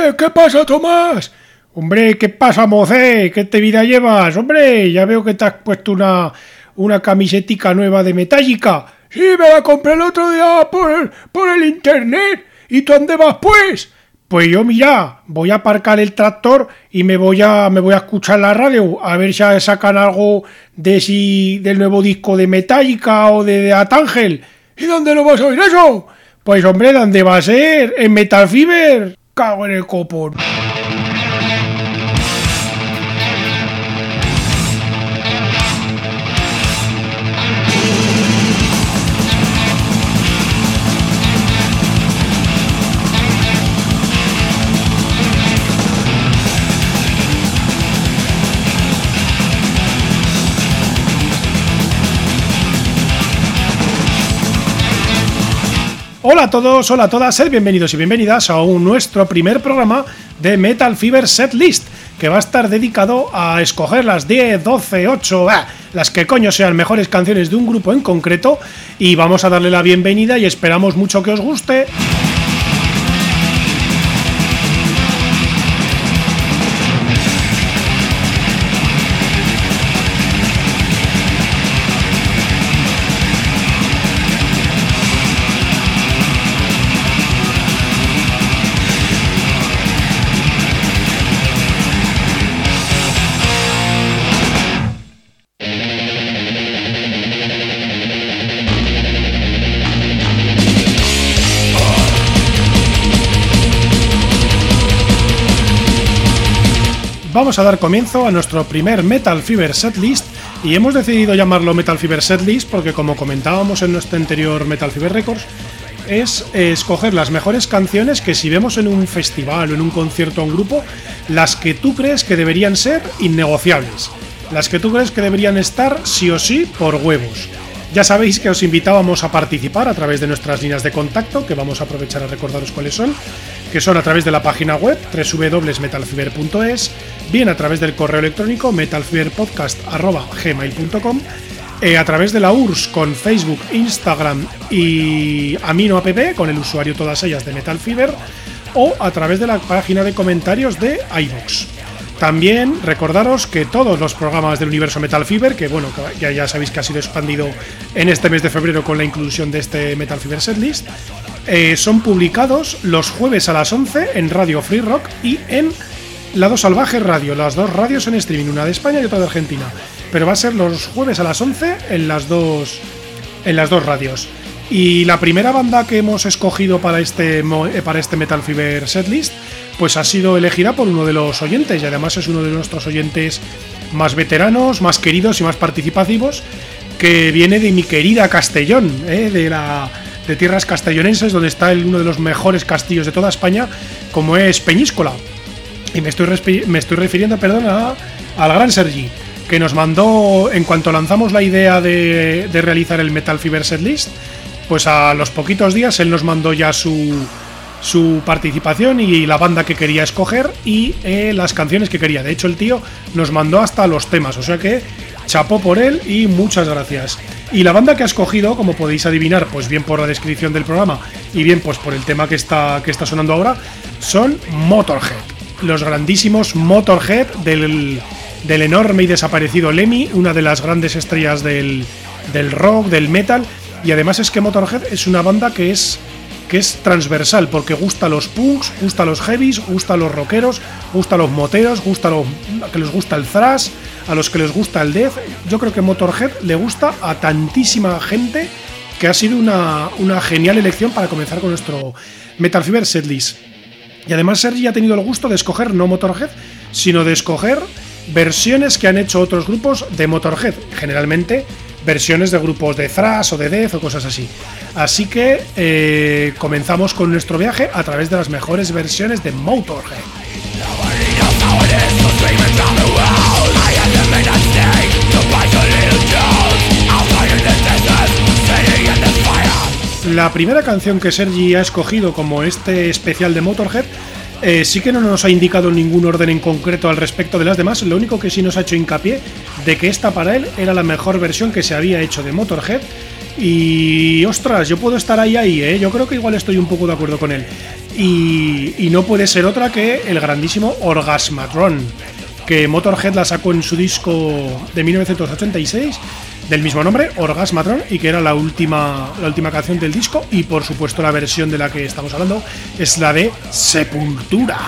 ¿Qué pasa, Tomás? Hombre, ¿qué pasa, mocé? ¿Qué te vida llevas? Hombre, ya veo que te has puesto una camisetica nueva de Metallica. Sí, me la compré el otro día por el internet. ¿Y tú dónde vas, pues? Pues yo, mira, voy a aparcar el tractor y me voy a escuchar la radio, a ver si sacan algo del nuevo disco de Metallica o de Arcángel. ¿Y dónde lo vas a oír eso? Pues hombre, ¿dónde va a ser? En Metal Fever. Cago en el copón. Hola a todos, hola a todas, sed bienvenidos y bienvenidas a nuestro primer programa de Metal Fever Setlist, que va a estar dedicado a escoger las 10, 12, 8, las que coño sean mejores canciones de un grupo en concreto, y vamos a darle la bienvenida y esperamos mucho que os guste. Vamos a dar comienzo a nuestro primer Metal Fever Setlist y hemos decidido llamarlo Metal Fever Setlist porque, como comentábamos en nuestro anterior Metal Fever Records, es escoger las mejores canciones que, si vemos en un festival o en un concierto a un grupo, las que tú crees que deberían ser innegociables, las que tú crees que deberían estar sí o sí por huevos. Ya sabéis que os invitábamos a participar a través de nuestras líneas de contacto, que vamos a aprovechar a recordaros cuáles son, que son a través de la página web www.metalfever.es, bien a través del correo electrónico metalfeverpodcast@gmail.com, a través de la URSS con Facebook, Instagram y AminoApp con el usuario todas ellas de Metal Fever, o a través de la página de comentarios de iVoox. También recordaros que todos los programas del universo Metal Fever, que bueno, ya sabéis que ha sido expandido en este mes de febrero con la inclusión de este Metal Fever Setlist, son publicados los jueves a las 11 en Radio Free Rock y en Lado Salvaje Radio, las dos radios en streaming, una de España y otra de Argentina, pero va a ser los jueves a las 11 en las dos radios. Y la primera banda que hemos escogido para este Metal Fever Setlist pues ha sido elegida por uno de los oyentes, y además es uno de nuestros oyentes más veteranos, más queridos y más participativos, que viene de mi querida Castellón, de tierras castellonenses, donde está uno de los mejores castillos de toda España, como es Peñíscola. Y me estoy refiriendo al gran Sergi, que nos mandó, en cuanto lanzamos la idea de realizar el Metal Fever Setlist, pues a los poquitos días él nos mandó ya su participación y la banda que quería escoger y las canciones que quería. De hecho, el tío nos mandó hasta los temas, o sea que chapó por él y muchas gracias. Y la banda que ha escogido, como podéis adivinar, pues bien por la descripción del programa y bien pues por el tema que está sonando ahora, son Motörhead, los grandísimos Motörhead del enorme y desaparecido Lemmy, una de las grandes estrellas del rock, del metal. Y además es que Motörhead es una banda que es transversal, porque gusta a los punks, gusta a los heavies, gusta a los rockeros, gusta a los moteros, gusta a los que les gusta el thrash, a los que les gusta el death. Yo creo que Motörhead le gusta a tantísima gente que ha sido una genial elección para comenzar con nuestro Metal Fever Setlist. Y además Sergi ha tenido el gusto de escoger no Motörhead, sino de escoger versiones que han hecho otros grupos de Motörhead, generalmente versiones de grupos de thrash o de death o cosas así. Así que comenzamos con nuestro viaje a través de las mejores versiones de Motörhead. La primera canción que Sergi ha escogido como este especial de Motörhead sí que no nos ha indicado ningún orden en concreto al respecto de las demás. Lo único que sí nos ha hecho hincapié de que esta para él era la mejor versión que se había hecho de Motörhead. Y ostras, yo puedo estar ahí, yo creo que igual estoy un poco de acuerdo con él. y no puede ser otra que el grandísimo Orgasmatron, que Motorhead la sacó en su disco de 1986 del mismo nombre, Orgasmatron, y que era la última canción del disco, y por supuesto la versión de la que estamos hablando es la de Sepultura.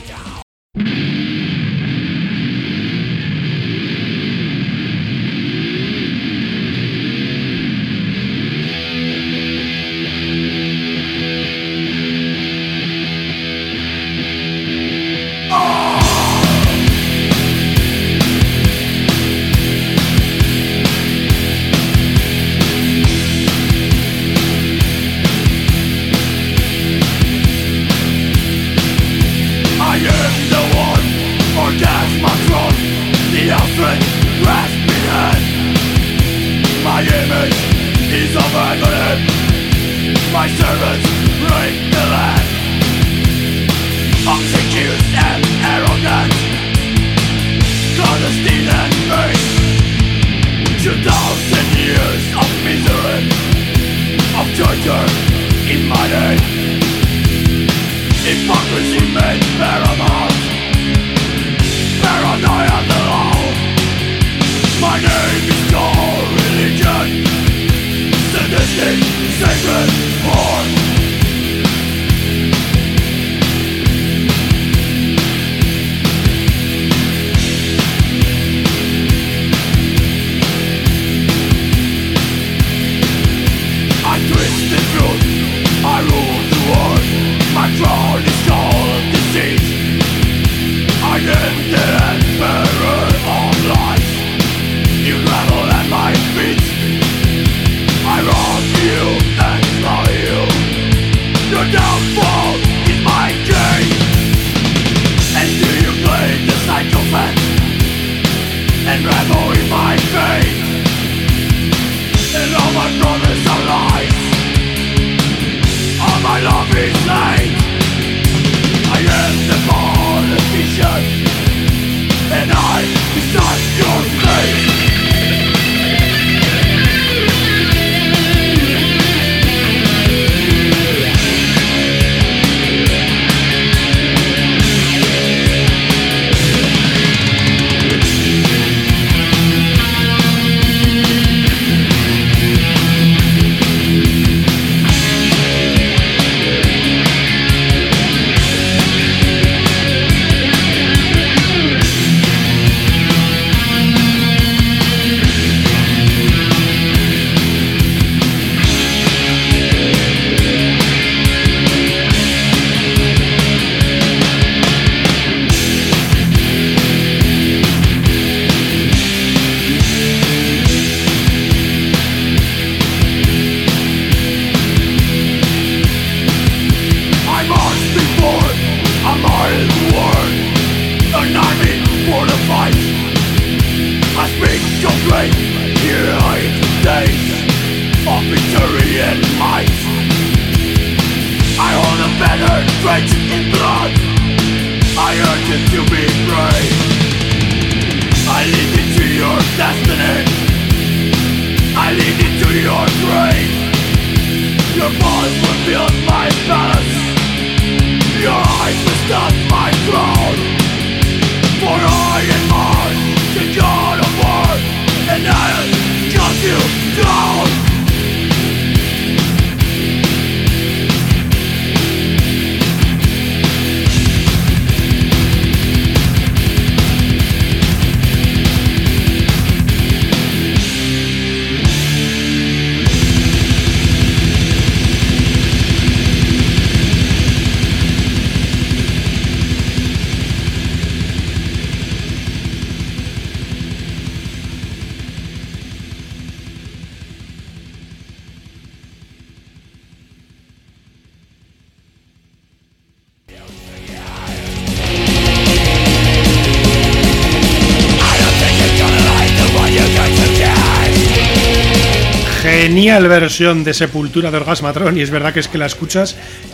Genial versión de Sepultura de Orgasmatron, y es verdad que es que la escuchas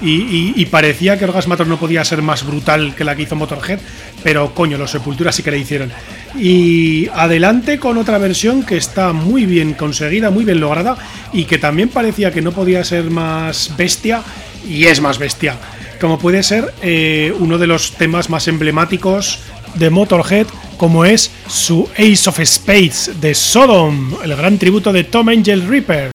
y parecía que Orgasmatron no podía ser más brutal que la que hizo Motorhead, pero coño, los Sepultura sí que la hicieron. Y adelante con otra versión que está muy bien conseguida, muy bien lograda, y que también parecía que no podía ser más bestia, y es más bestia. como puede ser uno de los temas más emblemáticos de Motorhead, como es su Ace of Spades de Sodom, el gran tributo de Tom Angel Reaper.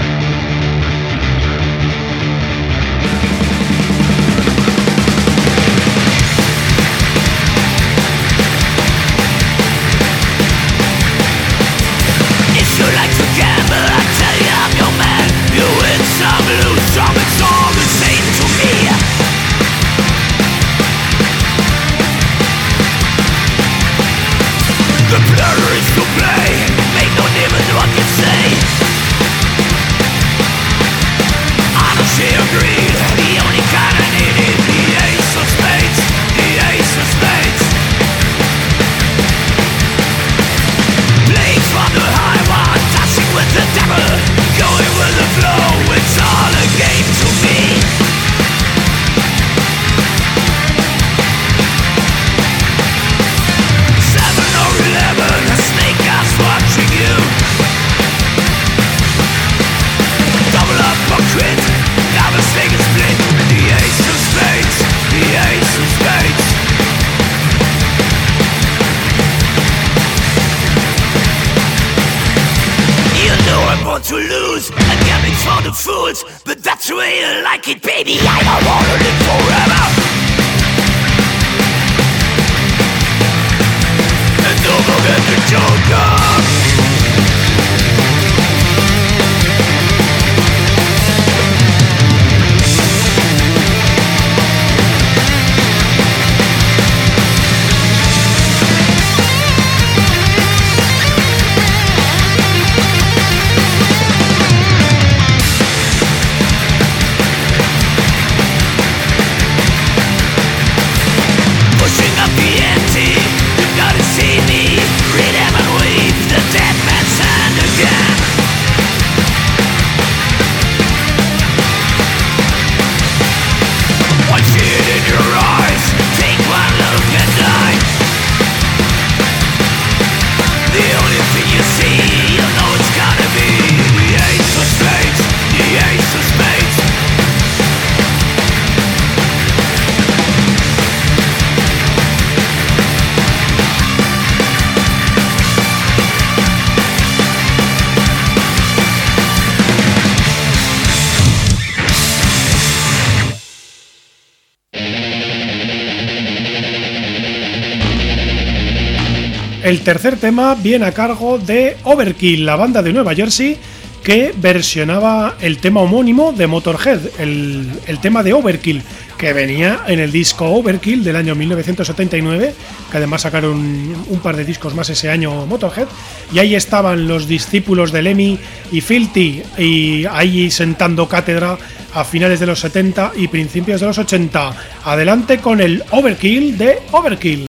To lose, a gambling for the fools, but that's the way I like it, baby. I don't wanna live forever. And don't forget the Joker. El tercer tema viene a cargo de Overkill, la banda de Nueva Jersey que versionaba el tema homónimo de Motorhead, el tema de Overkill, que venía en el disco Overkill del año 1979, que además sacaron un par de discos más ese año Motorhead, y ahí estaban los discípulos de Lemmy y Filthy, y ahí sentando cátedra a finales de los 70 y principios de los 80. Adelante con el Overkill de Overkill.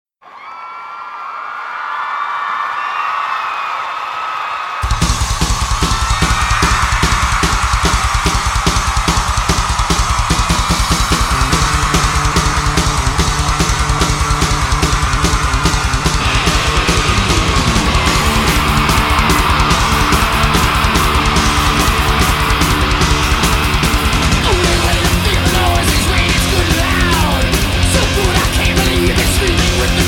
With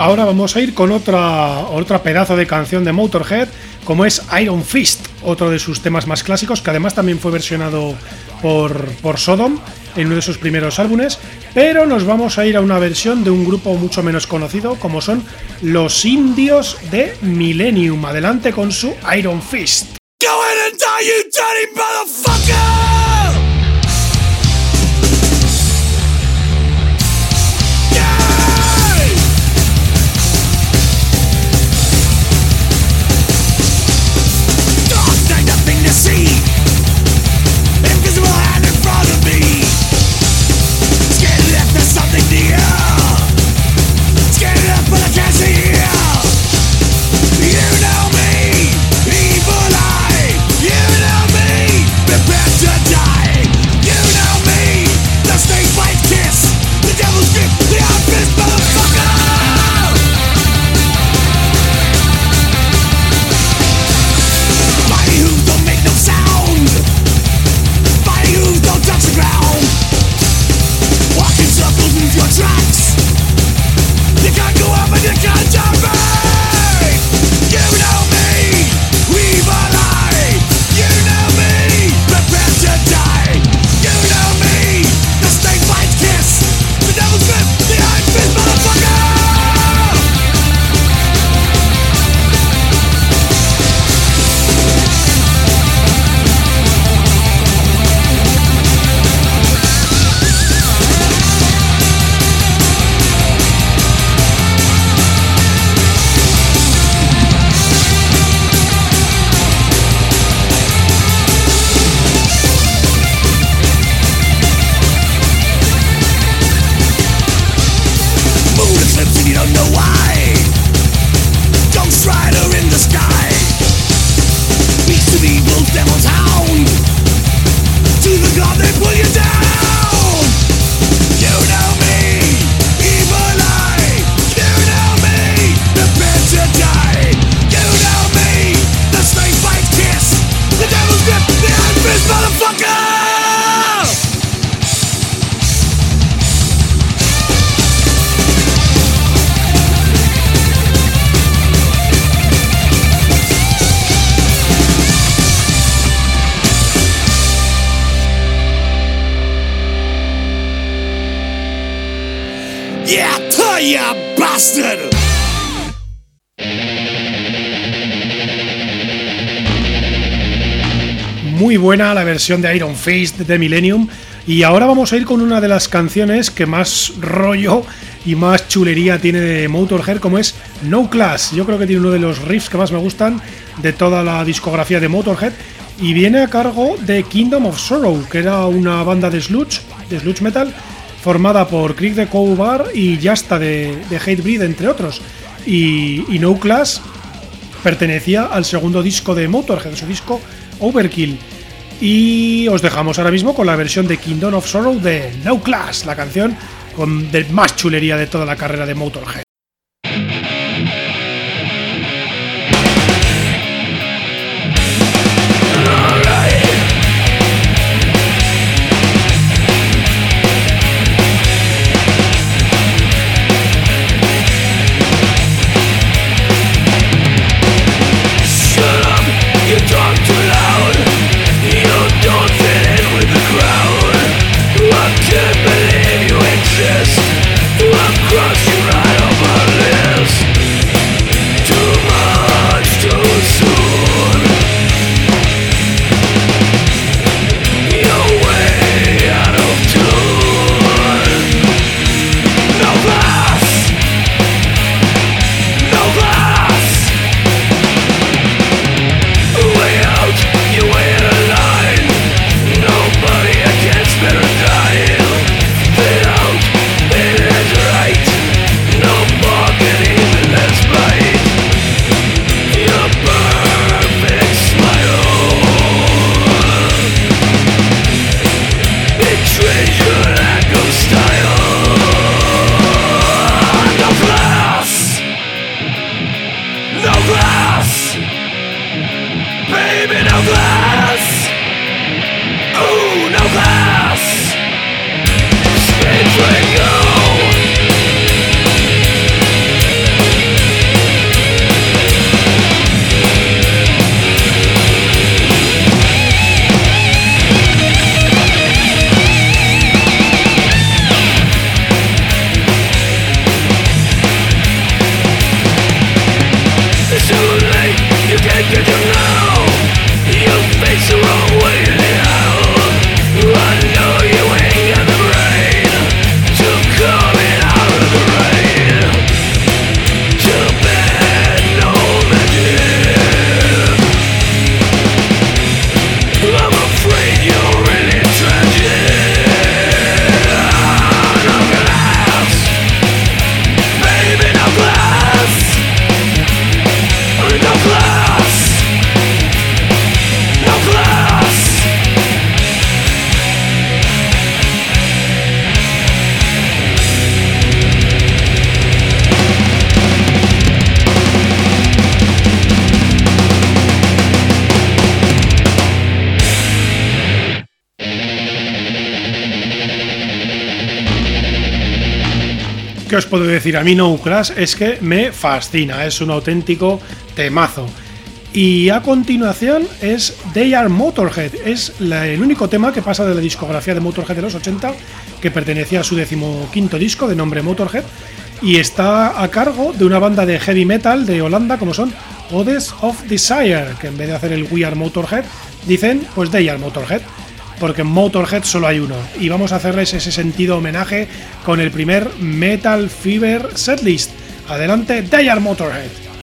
ahora vamos a ir con otra pedazo de canción de Motorhead, como es Iron Fist, otro de sus temas más clásicos, que además también fue versionado por Sodom en uno de sus primeros álbumes, pero nos vamos a ir a una versión de un grupo mucho menos conocido, como son Los Indios de Millennium. Adelante con su Iron Fist. Go ahead and die, you dirty motherfucker! See, invisible hand in front of me. Scared left, there's something near. Scared left, but I can't see you. You know me, evil eye. You know me, prepare to die. You know me, the snake bite kiss, the devil's grip, the iron fist, motherfucker. Mighty hooves don't make no sound. Mighty hooves don't touch the ground. Walk in circles, move your tracks. You can't go up and you can't turn back. You know me, evil eye. You know me, prepare to die. You know me, the snake bite kiss, the devil's grip, the iron fist, motherfucker. And you don't know why. Ghost rider in the sky. Beast of evil, devil's hound. To the god they pull you down. You know me, evil eye. You know me, prepare to die. You know me, the snake bite kiss, the devil's grip, the iron fist, motherfucker. Yeah, you bastard! Muy buena la versión de Iron Fist de Millennium. Y ahora vamos a ir con una de las canciones que más rollo y más chulería tiene de Motorhead, como es No Class. Yo creo que tiene uno de los riffs que más me gustan de toda la discografía de Motorhead, y viene a cargo de Kingdom of Sorrow, que era una banda de sludge metal formada por Crick de Crowbar y Yasta de Hatebreed, entre otros. Y No Class pertenecía al segundo disco de Motorhead, su disco Overkill. Y os dejamos ahora mismo con la versión de Kingdom of Sorrow de No Class, la canción de más chulería de toda la carrera de Motorhead. I'll cross you right over. ¿qué os puedo decir? A mí No Clash es que me fascina, es un auténtico temazo. Y a continuación es They Are Motorhead, es el único tema que pasa de la discografía de Motorhead de los 80, que pertenecía a su 15º disco de nombre Motorhead, y está a cargo de una banda de heavy metal de Holanda como son Goddess of Desire, que en vez de hacer el We Are Motorhead dicen pues They Are Motorhead, porque en Motorhead solo hay uno, y vamos a hacerles ese sentido homenaje con el primer Metal Fever setlist. Adelante, They Are Motorhead.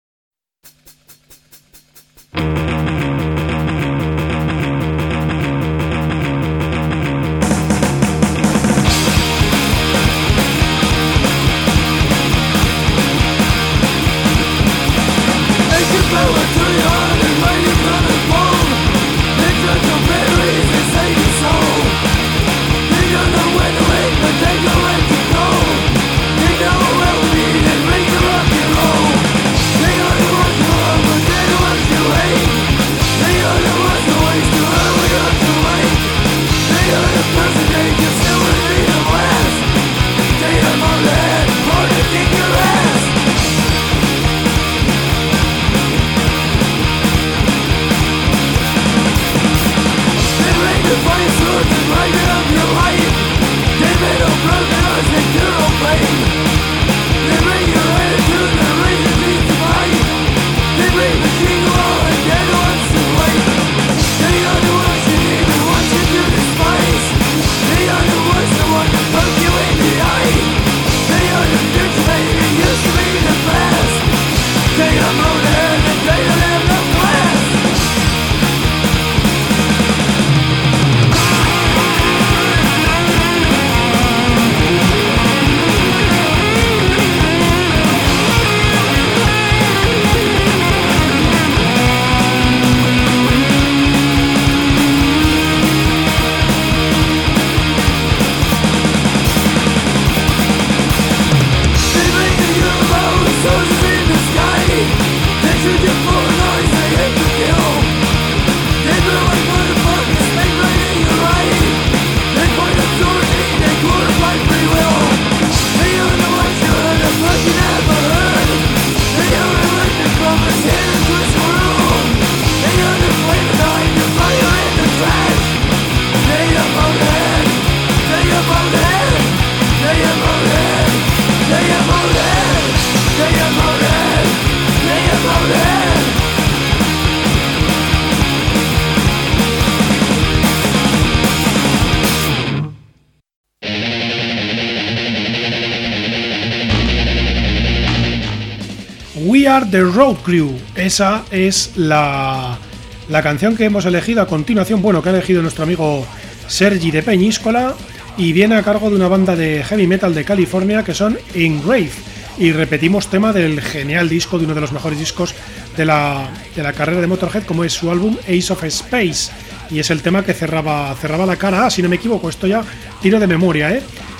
We Are The Road Crew, esa es la canción que hemos elegido a continuación, bueno, que ha elegido nuestro amigo Sergi de Peñíscola, y viene a cargo de una banda de heavy metal de California que son Engrave, y repetimos tema del genial disco, de uno de los mejores discos de la carrera de Motorhead, como es su álbum Ace of Space, y es el tema que cerraba la cara A, si no me equivoco, esto ya tiro de memoria,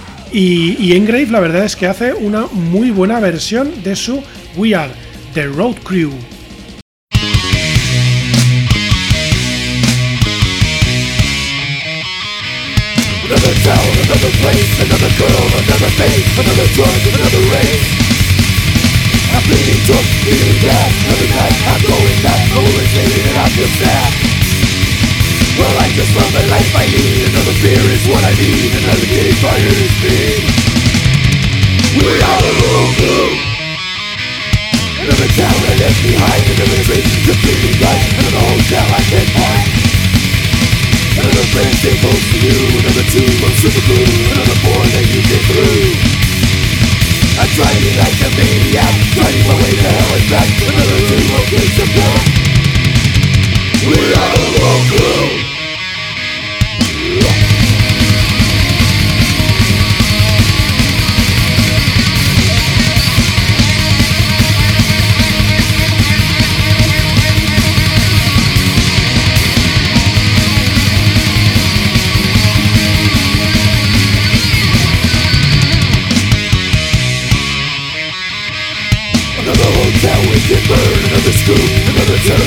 y Engrave la verdad es que hace una muy buena versión de su We Are The Road Crew. Another town, another place, another girl, another face, another drug, another race. I'm bleeding drunk, bleeding gas, another night, I'm going back, overstated and I feel sad. Well, I just love the life I lead, another beer is what I need, another getting fired is me. We are the road crew. Another town I left behind, another dream, completely blind, another hotel I can't find. Another friend stay close to you, another tube of super glue, another board that you get through. I'm driving like a maniac, driving my way to hell and back, another tube of place to go. We are the road crew. Another hotel we can burn, another scoop, another turn,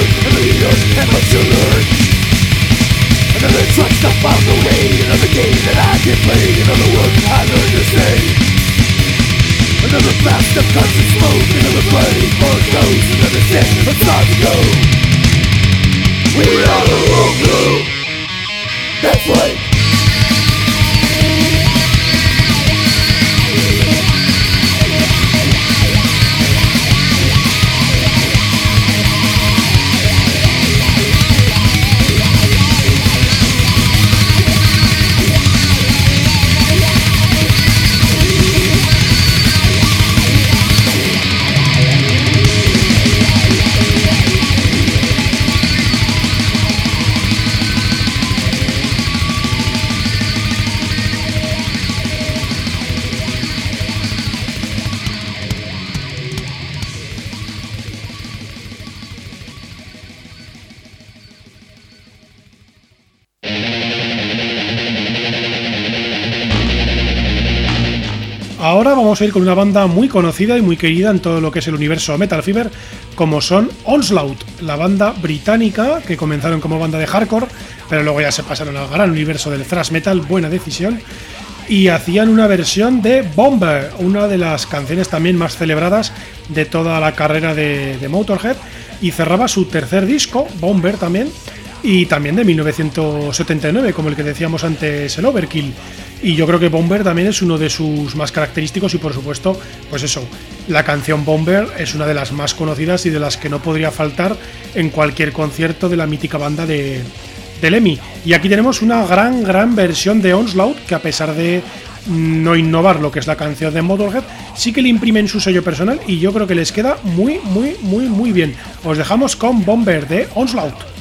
Ahora vamos a ir con una banda muy conocida y muy querida en todo lo que es el universo Metal Fever, como son Onslaught, la banda británica que comenzaron como banda de hardcore, pero luego ya se pasaron al gran universo del thrash metal, buena decisión, y hacían una versión de Bomber, una de las canciones también más celebradas de toda la carrera de Motorhead, y cerraba su tercer disco, Bomber también, y también de 1979, como el que decíamos antes, el Overkill. Y yo creo que Bomber también es uno de sus más característicos y por supuesto, pues eso, la canción Bomber es una de las más conocidas y de las que no podría faltar en cualquier concierto de la mítica banda de Lemmy. Y aquí tenemos una gran versión de Onslaught que, a pesar de no innovar lo que es la canción de Motorhead, sí que le imprimen su sello personal y yo creo que les queda muy bien. Os dejamos con Bomber de Onslaught.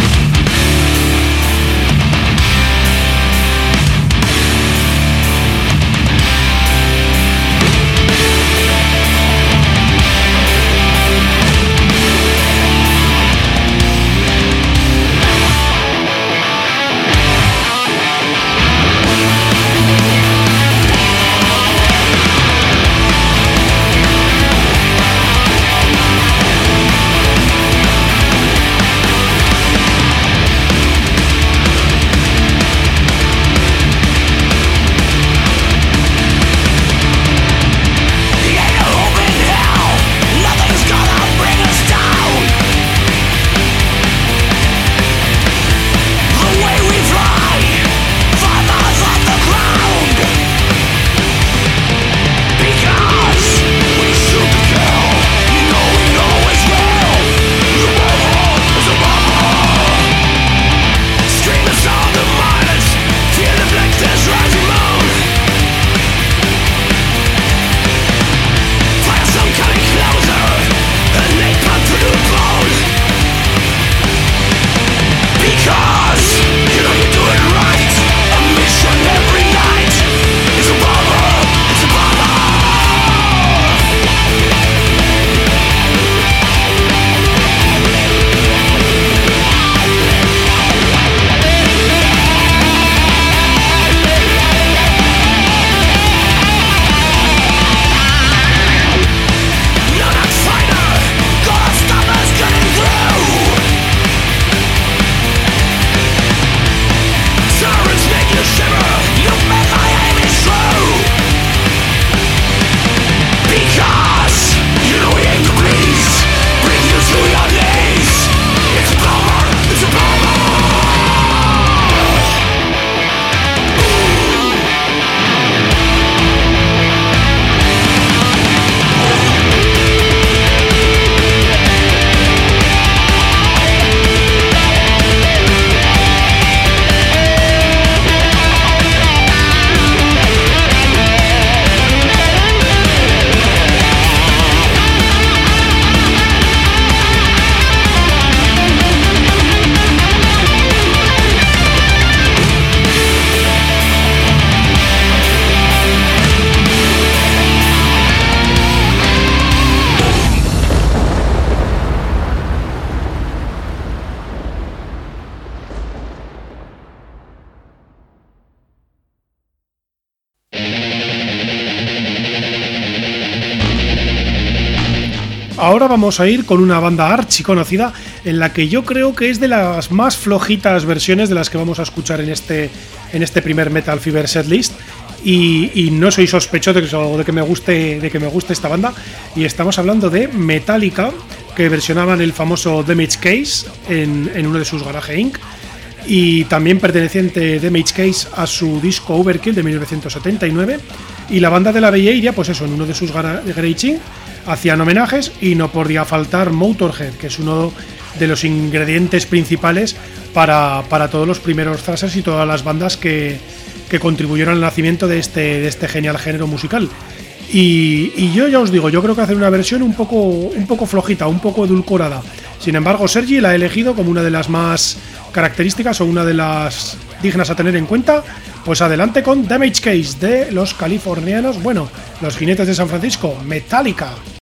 Ahora vamos a ir con una banda archiconocida en la que yo creo que es de las más flojitas versiones de las que vamos a escuchar en este primer Metal Fever setlist, y no soy sospechoso de que me guste esta banda, y estamos hablando de Metallica, que versionaban el famoso Damage Case en uno de sus Garage Inc., y también perteneciente Damage Case a su disco Overkill de 1979, y la banda de la Bay Area, pues eso, en uno de sus Garage Inc. hacían homenajes, y no podía faltar Motorhead, que es uno de los ingredientes principales para todos los primeros thrashers y todas las bandas que contribuyeron al nacimiento de este genial género musical. Y yo ya os digo, yo creo que hacer una versión un poco flojita, un poco edulcorada. Sin embargo, Sergi la ha elegido como una de las más características o una de las dignas a tener en cuenta. Pues adelante con Damage Case de los californianos, bueno, los Jinetes de San Francisco, Metallica.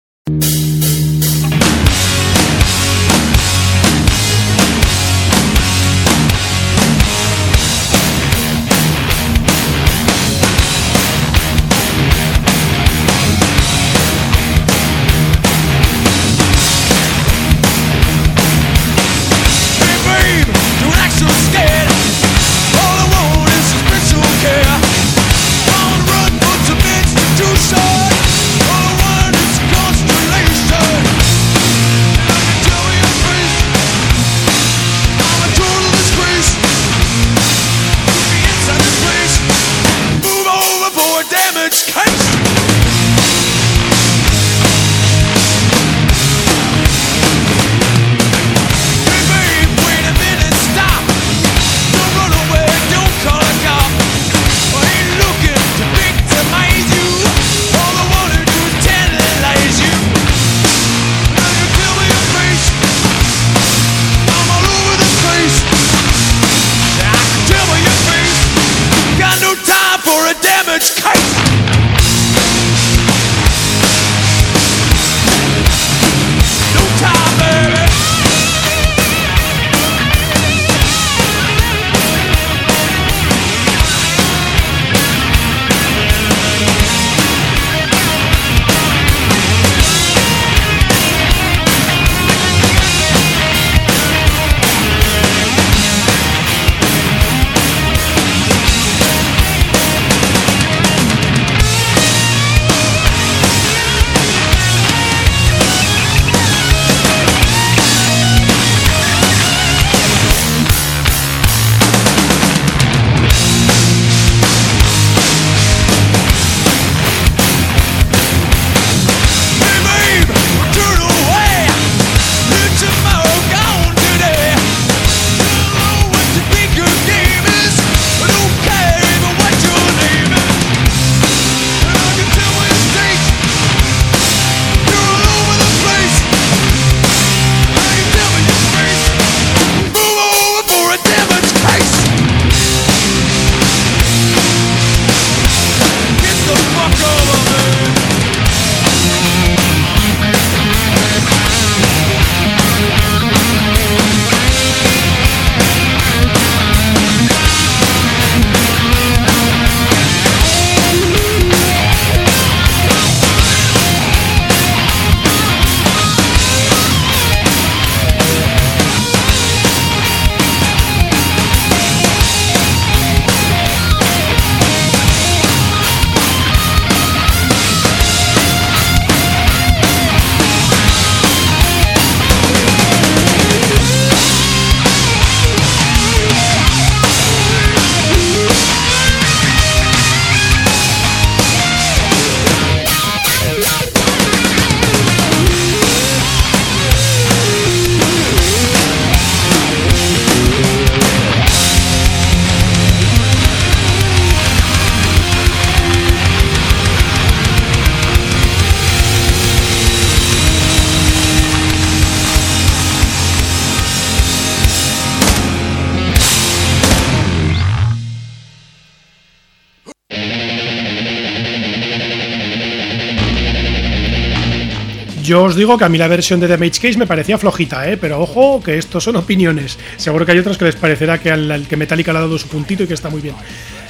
Yo os digo que a mí la versión de Damage Case me parecía flojita, pero ojo, que estos son opiniones. Seguro que hay otros que les parecerá que al que Metallica le ha dado su puntito y que está muy bien.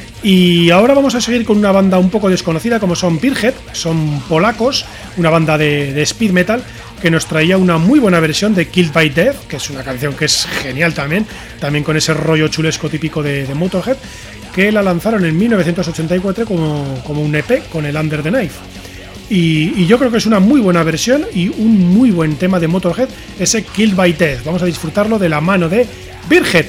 Y ahora vamos a seguir con una banda un poco desconocida como son Pinhead, son polacos, una banda de speed metal que nos traía una muy buena versión de Killed by Death, que es una canción que es genial también con ese rollo chulesco típico de Motorhead. que la lanzaron en 1984 como un EP con el Under the Knife. Y yo creo que es una muy buena versión y un muy buen tema de Motorhead, ese Killed by Death. Vamos a disfrutarlo de la mano de Beerhead.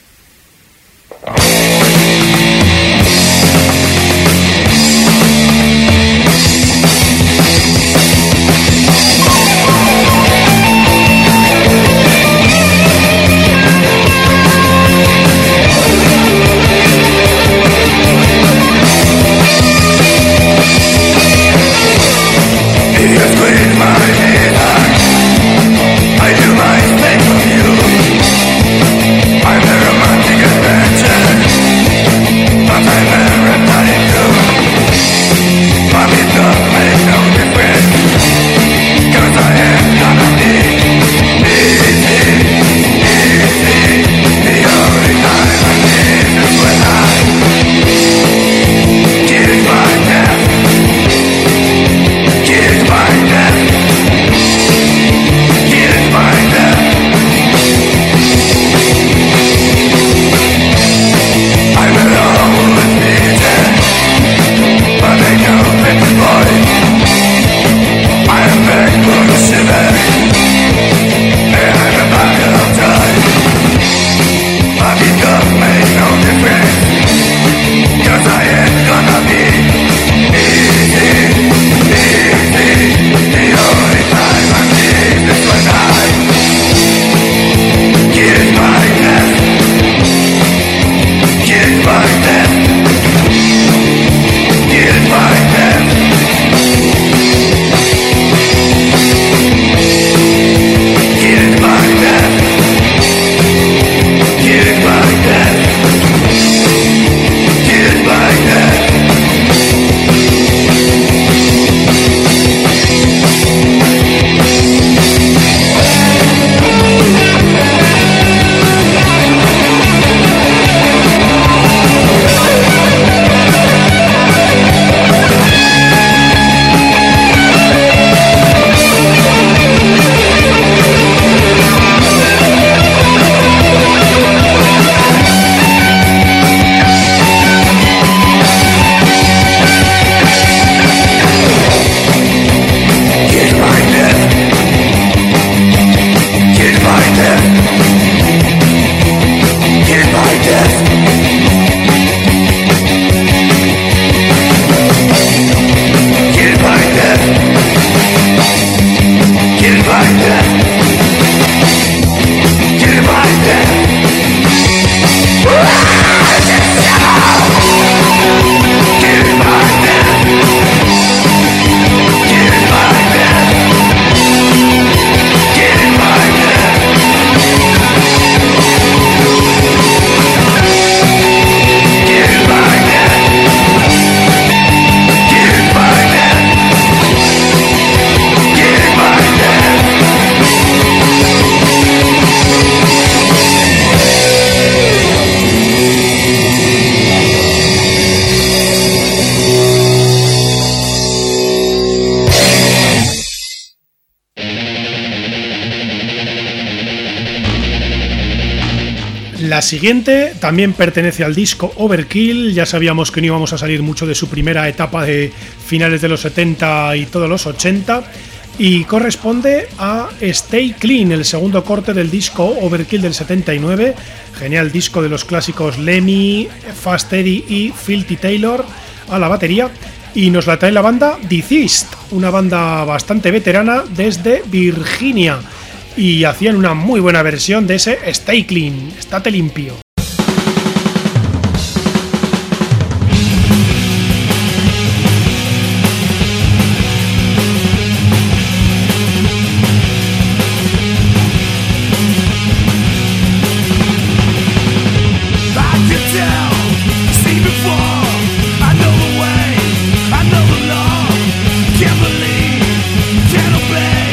La siguiente también pertenece al disco Overkill. Ya sabíamos que no íbamos a salir mucho de su primera etapa de finales de los 70 y todos los 80, y corresponde a Stay Clean, el segundo corte del disco Overkill del 79. Genial disco de los clásicos Lemmy, Fast Eddie y Filthy Taylor a la batería, y nos la trae la banda Deceased, una banda bastante veterana desde Virginia, y hacían una muy buena versión de ese Stay Clean, estate limpio.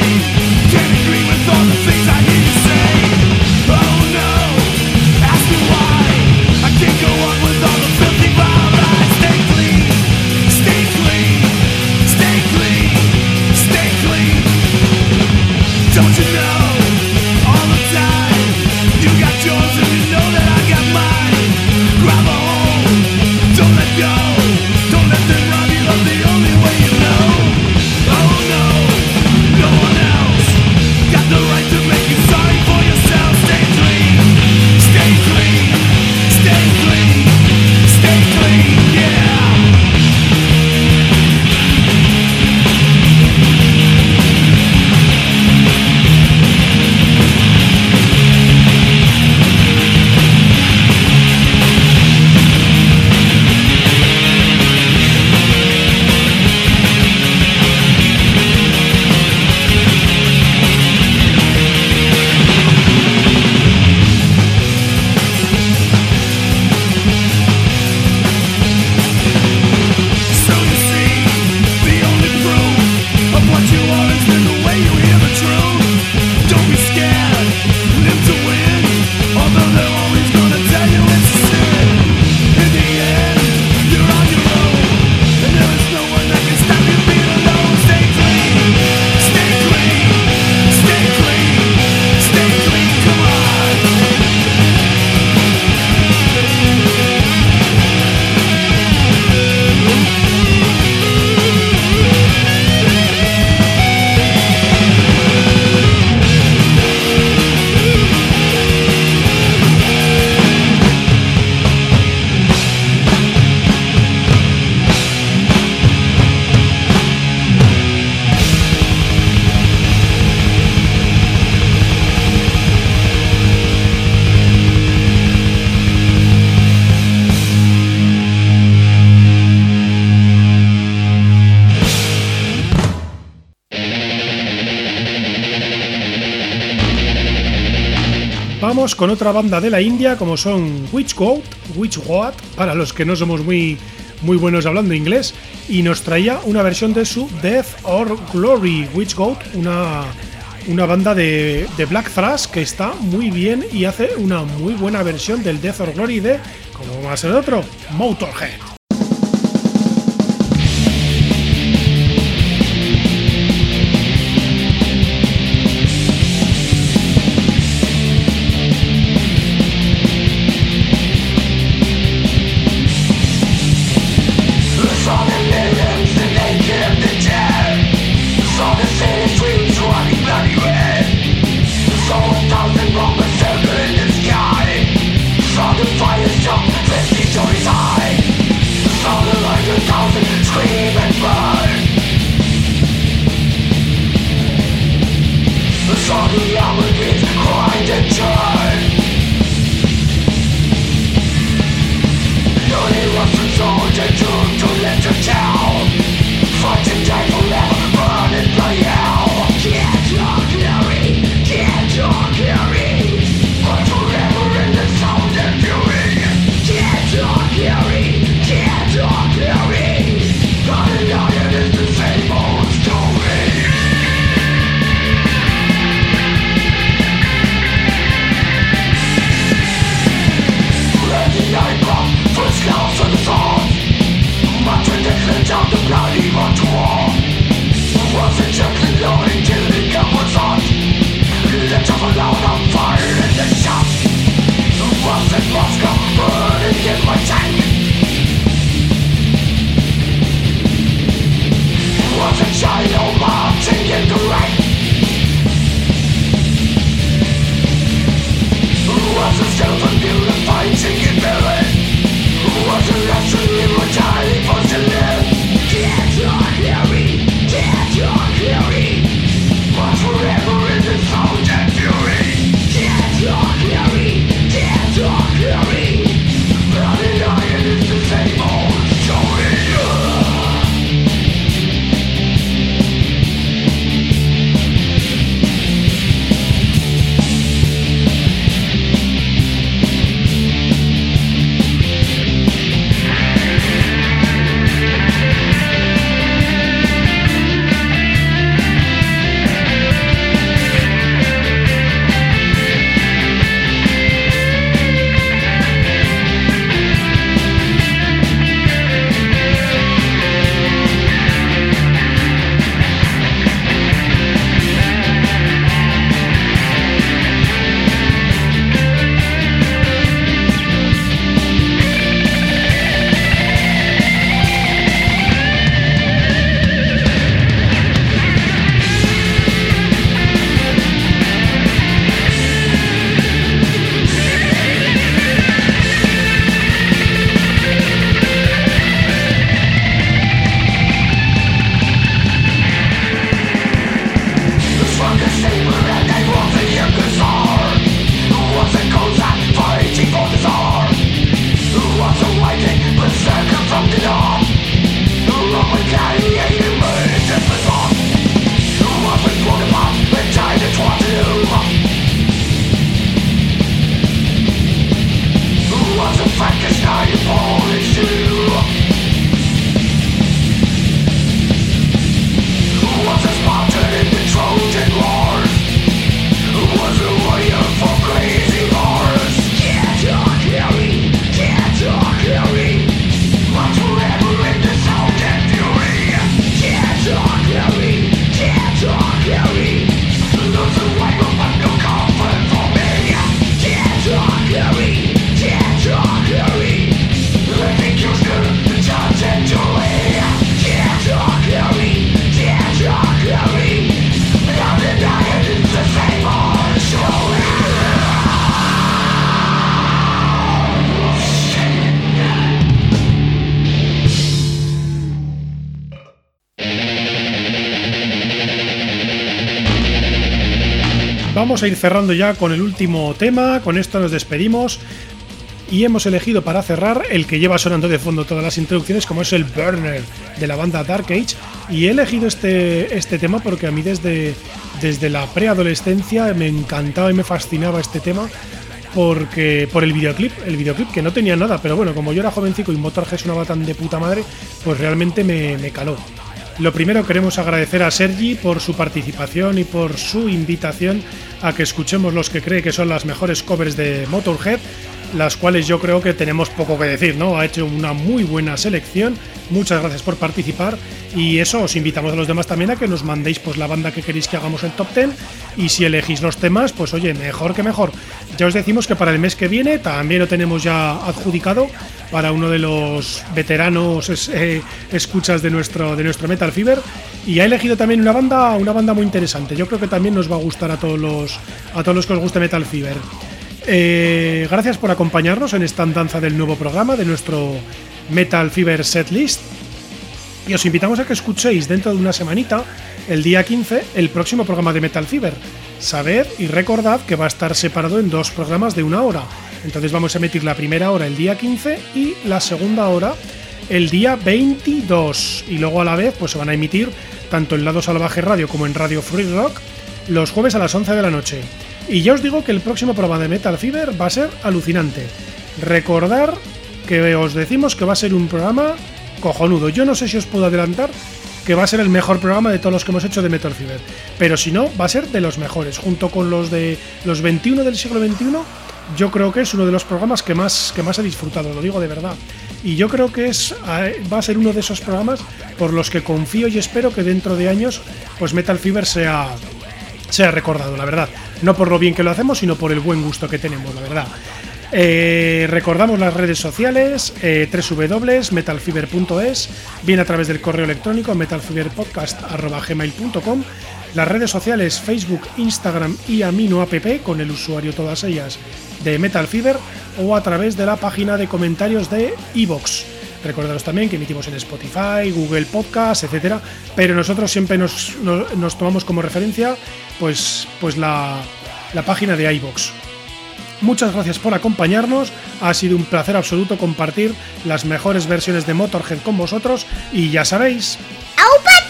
Things I hear you say. Oh no, ask me Vamos con otra banda de la India como son Witchgoat, para los que no somos muy buenos hablando inglés, y nos traía una versión de su Death or Glory. Witchgoat, una banda de Black Thrash que está muy bien y hace una muy buena versión del Death or Glory de, como va a ser otro, Motorhead. vamos a ir cerrando ya con el último tema. Con esto nos despedimos. Y hemos elegido para cerrar el que lleva sonando de fondo todas las introducciones, como es el Burner de la banda Dark Age. Y he elegido este tema porque a mí desde la preadolescencia me encantaba y me fascinaba este tema, porque por el videoclip que no tenía nada, pero bueno, como yo era jovencico y Motorhead sonaba tan de puta madre, pues realmente me caló. Lo primero, queremos agradecer a Sergi por su participación y por su invitación a que escuchemos los que cree que son las mejores covers de Motorhead, las cuales yo creo que tenemos poco que decir, ¿no? Ha hecho una muy buena selección. Muchas gracias por participar, y eso, os invitamos a los demás también a que nos mandéis pues la banda que queréis que hagamos el top 10, y si elegís los temas, pues oye, mejor que mejor. Ya os decimos que para el mes que viene también lo tenemos ya adjudicado para uno de los veteranos escuchas de nuestro Metal Fever, y ha elegido también una banda muy interesante. Yo creo que también nos va a gustar a todos los que os guste Metal Fever. Gracias por acompañarnos en esta andanza del nuevo programa, de nuestro Metal Fever Setlist, y os invitamos a que escuchéis dentro de una semanita, el día 15, el próximo programa de Metal Fever. Sabed y recordad que va a estar separado en 2 programas de 1 hora. Entonces vamos a emitir la primera hora el día 15 y la segunda hora el día 22, y luego a la vez pues se van a emitir tanto en Lado Salvaje Radio como en Radio Free Rock los jueves a las 11 de la noche. Y ya os digo que el próximo programa de Metal Fever va a ser alucinante. Recordar que os decimos que va a ser un programa cojonudo. Yo no sé si os puedo adelantar que va a ser el mejor programa de todos los que hemos hecho de Metal Fever, pero si no, va a ser de los mejores, junto con los de los 21 del siglo XXI. Yo creo que es uno de los programas que más he disfrutado, lo digo de verdad. Y yo creo que va a ser uno de esos programas por los que confío y espero que dentro de años pues Metal Fever sea recordado, la verdad. No por lo bien que lo hacemos, sino por el buen gusto que tenemos, la verdad. Recordamos las redes sociales, www.metalfever.es, bien a través del correo electrónico metalfeverpodcast@gmail.com, las redes sociales Facebook, Instagram y AminoApp con el usuario todas ellas de Metal Fever, o a través de la página de comentarios de iVoox. Recordaros también que emitimos en Spotify, Google Podcast, etcétera, pero nosotros siempre nos tomamos como referencia pues la página de iVoox. Muchas gracias por acompañarnos, ha sido un placer absoluto compartir las mejores versiones de Motorhead con vosotros, y ya sabéis... ¡Aupa!